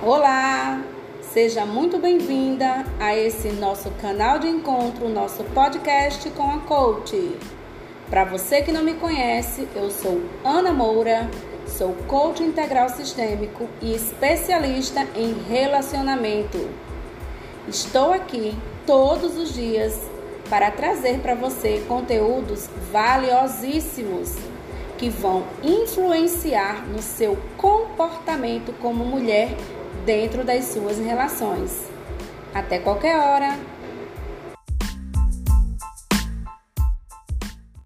Olá, seja muito bem-vinda a esse nosso canal de encontro, nosso podcast com a Coach. Para você que não me conhece, eu sou Ana Moura, sou coach integral sistêmico e especialista em relacionamento. Estou aqui todos os dias para trazer para você conteúdos valiosíssimos que vão influenciar no seu comportamento como mulher dentro das suas relações. Até qualquer hora!